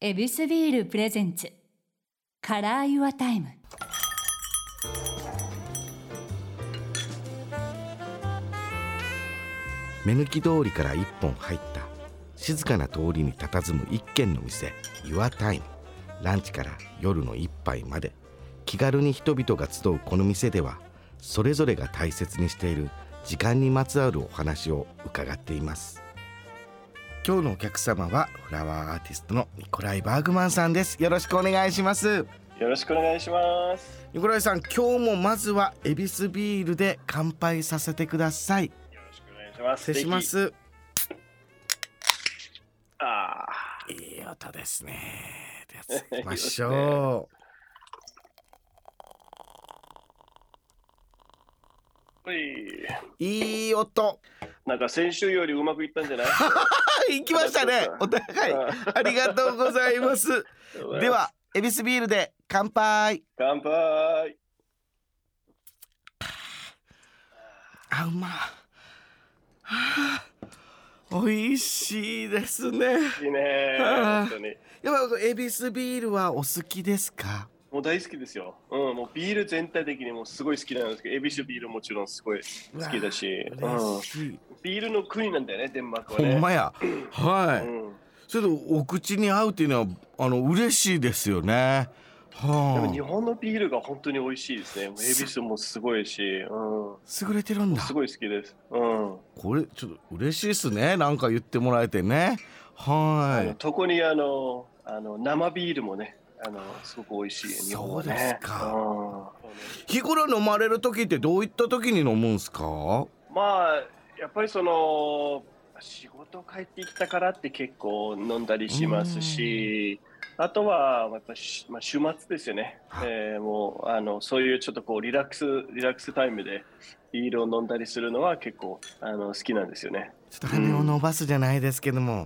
エビスビールプレゼンツカラーユアタイム。 目抜き通りから一本入った静かな通りに佇む一軒の店、ユアタイム。ランチから夜の一杯まで気軽に人々が集うこの店では、それぞれが大切にしている時間にまつわるお話を伺っています。今日のお客様はフラワーアーティストのニコライ・バーグマンさんです。よろしくお願いします。 よろしくお願いします。 ニコライさん、今日もまずはエビスビールで乾杯させてください。 よろしくお願いします。 失礼します。 いい音ですね。では行きましょう。いい音。 なんか先週よりうまくいったんじゃない？ 行きましたね。お互いありがとうございます。ではエビスビールで乾杯。 乾杯。 うま。美味しいですね。 いいね。本当に。 やっぱエビスビールはお好きですか？ もう大好きですよ。もうビール全体的にもすごい好きなんですけど、エビスビールもちろんすごい好きだし、ビールの国なんだよね、デンマークはね。 ほんまや。はい。それとお口に合うっていうのは嬉しいですよね。 でも日本のビールが本当に美味しいですね。エビスもすごいし、優れてるんだ。 すごい好きです。 これちょっと嬉しいですね。なんか言ってもらえてね。 特に生ビールもね、すごく美味しい。日本はね。 そうですか。日頃飲まれる時ってどういった時に飲むんですか？ やっぱり仕事帰ってきたからって結構飲んだりしますし、あとはやっぱ週末ですよね。もうそういうちょっとリラックスタイムでビールを飲んだりするのは結構好きなんですよね。 ちょっと羽を伸ばすじゃないですけども。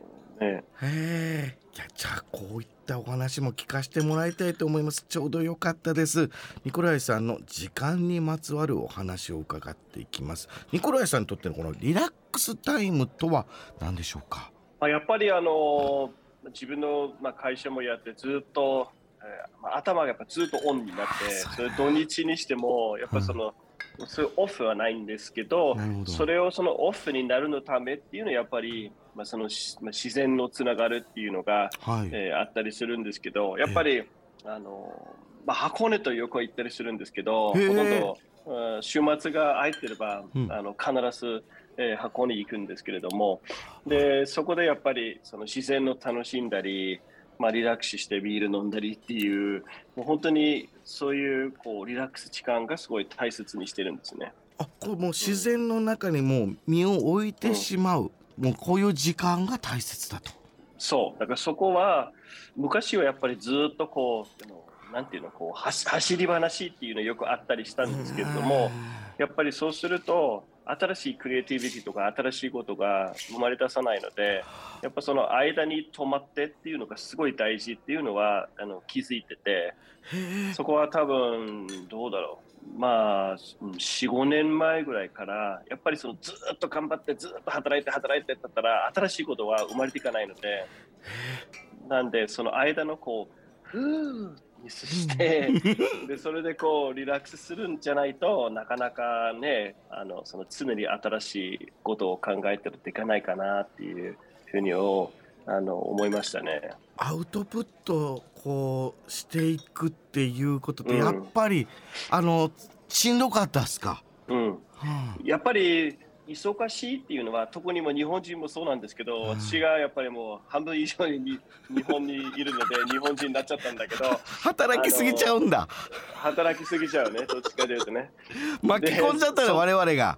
じゃあこういったお話も聞かせてもらいたいと思います。ちょうどよかったです。ニコライさんの時間にまつわるお話を伺っていきます。ニコライさんにとってのこのリラックスタイムとは何でしょうか？ やっぱり自分の会社もやってずっと、頭がやっぱずっとオンになって、それ土日にしてもやっぱそういうオフはないんですけど、それをそのオフになるのためっていうのはやっぱり自然のつながるっていうのが、あったりするんですけど、やっぱり箱根とよく行ったりするんですけど、ほとんど週末が空いてれば、必ず箱根行くんですけれども、でそこでやっぱり自然の楽しんだり、リラックスしてビール飲んだりっていう、もう本当にそういうリラックス時間がすごい大切にしてるんですね。 これもう自然の中にもう身を置いてしまう、もうこういう時間が大切だと。 そうだからそこは昔はやっぱりずっとなんていうの走り話っていうのよくあったりしたんですけれども、やっぱりそうすると新しいクリエイティビティとか新しいことが生まれ出さないので、やっぱその間に止まってっていうのがすごい大事っていうのは気づいてて、そこは多分どうだろう、4、5年前ぐらいからやっぱりずっと頑張ってずっと働いてだったら新しいことは生まれていかないので、なんでその間のふーにしてでそれでリラックスするんじゃないとなかなかね、常に新しいことを考えていかないかなっていうふうに思いましたね。 アウトプットしていくっていうことってやっぱり、しんどかったですか？ やっぱり忙しいっていうのは特に日本人もそうなんですけど、私がやっぱりもう半分以上に日本にいるので日本人になっちゃったんだけど働きすぎちゃうんだ。 働きすぎちゃうね、どっちかというとね。 巻き込んじゃったね、我々が。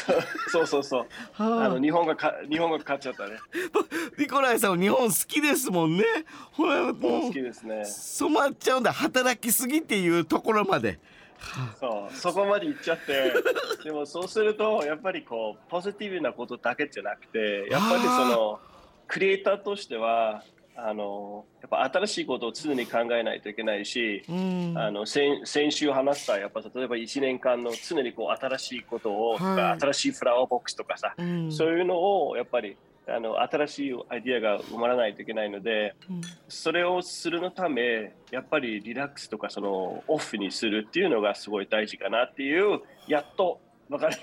そう日本が勝っちゃったね。 ニコライさんは日本好きですもんね。 好きですね。 染まっちゃうんだ、働きすぎっていうところまで。 そこまで行っちゃって、でもそうするとやっぱりポジティブなことだけじゃなくて、やっぱりクリエイターとしてはやっぱ新しいことを常に考えないといけないし、先週話したやっぱ例えば1年間の常に新しいことを、新しいフラワーボックスとかさ、そういうのをやっぱり新しいアイディアが生まれないといけないので、それをするのためやっぱりリラックスとかそのオフにするっていうのがすごい大事かなっていうやっと分かる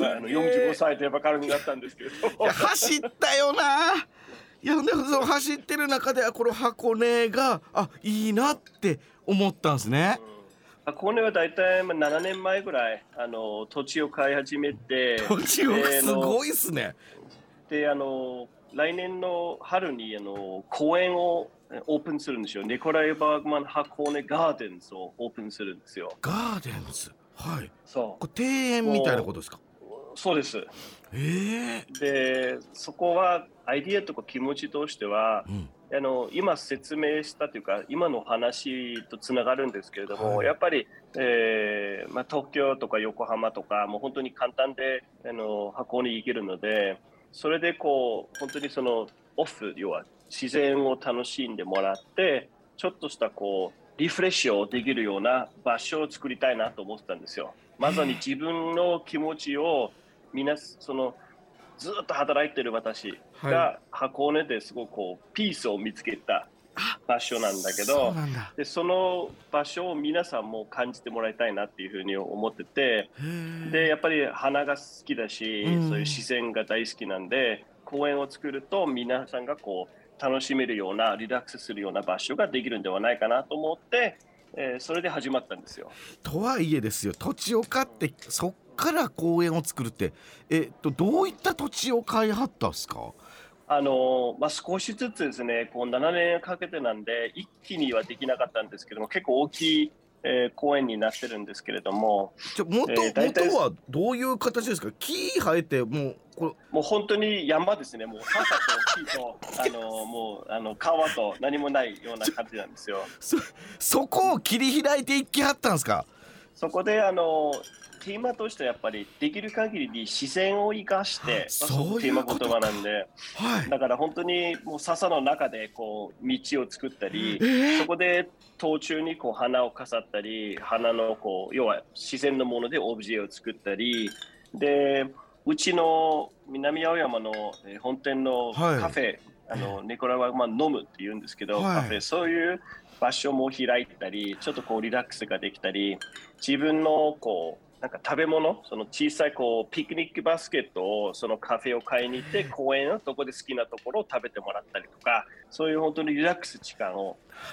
45歳で分かるようになったんですけれども。 いや走ったよな。いやでも走ってる中でこの箱根がいいなって思ったんですね。 箱根はだいたい7年前ぐらい土地を買い始めて、 土地をすごいっすね。 で来年の春に公園をオープンするんですよ。ニコライ・バーグマン箱根ガーデンズをオープンするんですよ。 ガーデンズ、はい。 そうこれ庭園みたいなことですか？ そうです。でそこはアイディアとか気持ちとしては、今説明したというか今の話とつながるんですけれども、やっぱり、東京とか横浜とかもう本当に簡単で箱根行けるので、それでこう本当にそのオフ、要は自然を楽しんでもらってちょっとしたこうリフレッシュをできるような場所を作りたいなと思ってたんですよ。まさに自分の気持ちをそのずっと働いてる私が箱根ですごくこうピースを見つけた場所なんだけど、でその場所を皆さんも感じてもらいたいなっていうふうに思ってて、でやっぱり花が好きだし、そういう自然が大好きなんで公園を作ると皆さんがこう楽しめるようなリラックスするような場所ができるんではないかなと思って、それで始まったんですよ。 とはいえですよ、土地を買ってそっから公園を作るって、どういった土地を買いはったんですか？ 少しずつですね、こう7年かけてなんで一気にはできなかったんですけども、結構大きい、公園になってるんですけれども、 元はどういう形ですか？木生えてもう本当に山ですね。もう笹と木ともう川と何もないような感じなんですよ。 そこを切り開いていきはったんですか？ そこでテーマとしてやっぱりできる限りに自然を生かして、 そうテーマ言葉なんで、 はい、 だから本当にもう笹の中でこう道を作ったり、そこで途中にこう花を飾ったり、花のこう要は自然のものでオブジェを作ったりで、うちの南青山の本店のカフェ、ニコラは飲むって言うんですけど、カフェ、そういう場所も開いたり、ちょっとこうリラックスができたり、自分のこうなんか食べ物、その小さいこうピクニックバスケットをそのカフェを買いに行って公園のとこで好きなところを食べてもらったりとか、そういう本当にリラックス時間を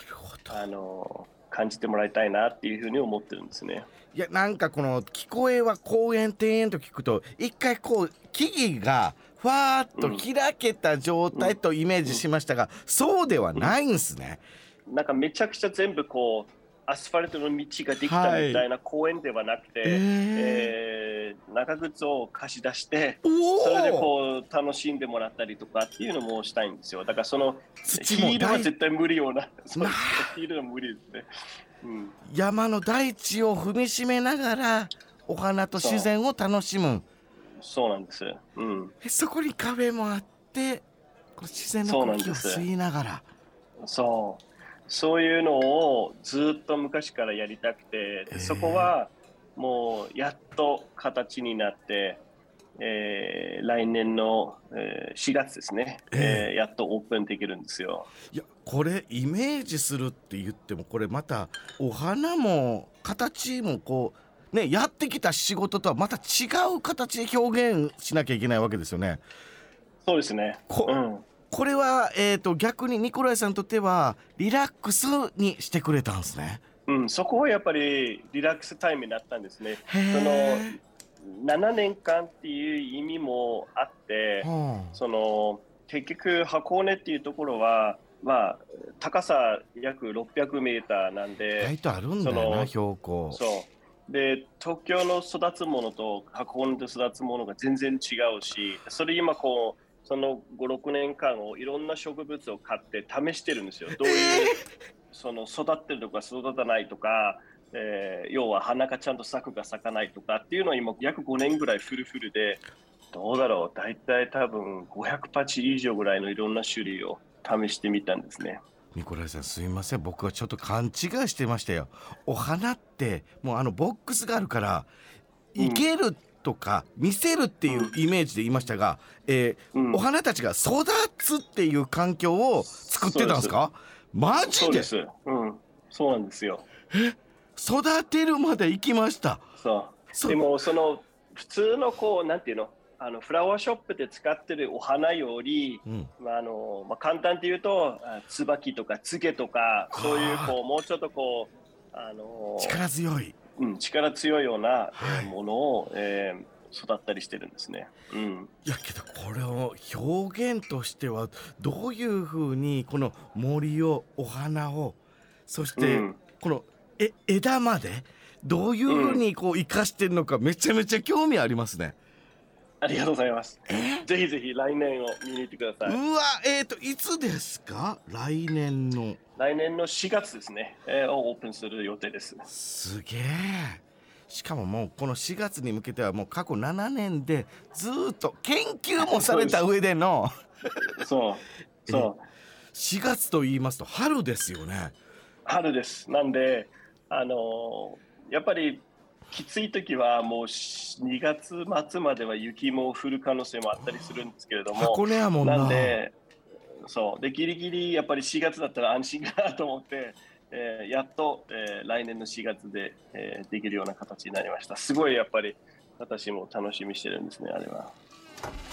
感じてもらいたいなっていうふうに思ってるんですね。 いやなんかこの聞こえは公園庭園と聞くと一回こう木々がふわーっと開けた状態とイメージしましたが、そうではないんですね。 なんかめちゃくちゃ全部こうアスファルトの道ができたみたいな公園ではなくて、長靴を貸し出してそれでこう楽しんでもらったりとかっていうのもしたいんですよ。だからそのヒールは絶対無理ようなヒールは無理ですね。 山の大地を踏みしめながらお花と自然を楽しむ。 そうなんです、 そこにカフェもあって自然の空気を吸いながら、 そういうのをずっと昔からやりたくて、そこはもうやっと形になって、来年の、4月ですね、やっとオープンできるんですよ。 いやこれイメージするって言ってもこれまたお花も形もこうねやってきた仕事とはまた違う形で表現しなきゃいけないわけですよね。 そうですね。 これは、逆にニコライさんにとってはリラックスにしてくれたんですね。 そこはやっぱりリラックスタイムになったんですね。その7年間っていう意味もあって、その結局箱根っていうところは高さ約600メーターなんで、 意外とあるんだよな標高。 そうで東京の育つものと箱根で育つものが全然違うし、それ今こうその5、6年間をいろんな植物を買って試してるんですよ。どういうその育ってるとか育たないとか、要は花がちゃんと咲くか咲かないとかっていうのを今約5年ぐらいフルでどうだろう、だいたい多分500パチ以上ぐらいのいろんな種類を試してみたんですね。 ニコライさんすいません、僕はちょっと勘違いしてましたよ。お花ってもうボックスがあるからいけるっとか見せるっていうイメージで言いましたが、お花たちが育つっていう環境を作ってたんですか？マジで？ そうです、そうなんですよ。 育てるまで行きました。 でもその普通のこうなんていうの、フラワーショップで使ってるお花より、簡単って言うと椿とかつげとか、そういうこうもうちょっとこう力強い、 力強いようなものを、育ったりしてるんですね。 いやけどこれを表現としてはどういうふうにこの森をお花をそしてこの枝までどういうふうにこう生かしてるのかめちゃめちゃ興味ありますね。 ありがとうございます。ぜひぜひ来年を見に行ってください。 うわ、いつですか？来年の 4月ですね、をオープンする予定です。 すげえ。しかももうこの4月に向けてはもう過去7年でずっと研究もされた上でのそう 4月と言いますと春ですよね。 春です。なんでやっぱりきつい時はもう2月末までは雪も降る可能性もあったりするんですけれども、 箱根やもんな。 なんでギリギリやっぱり4月だったら安心かなと思って、やっと、来年の4月で、できるような形になりました。すごいやっぱり私も楽しみにしてるんですね、あれは。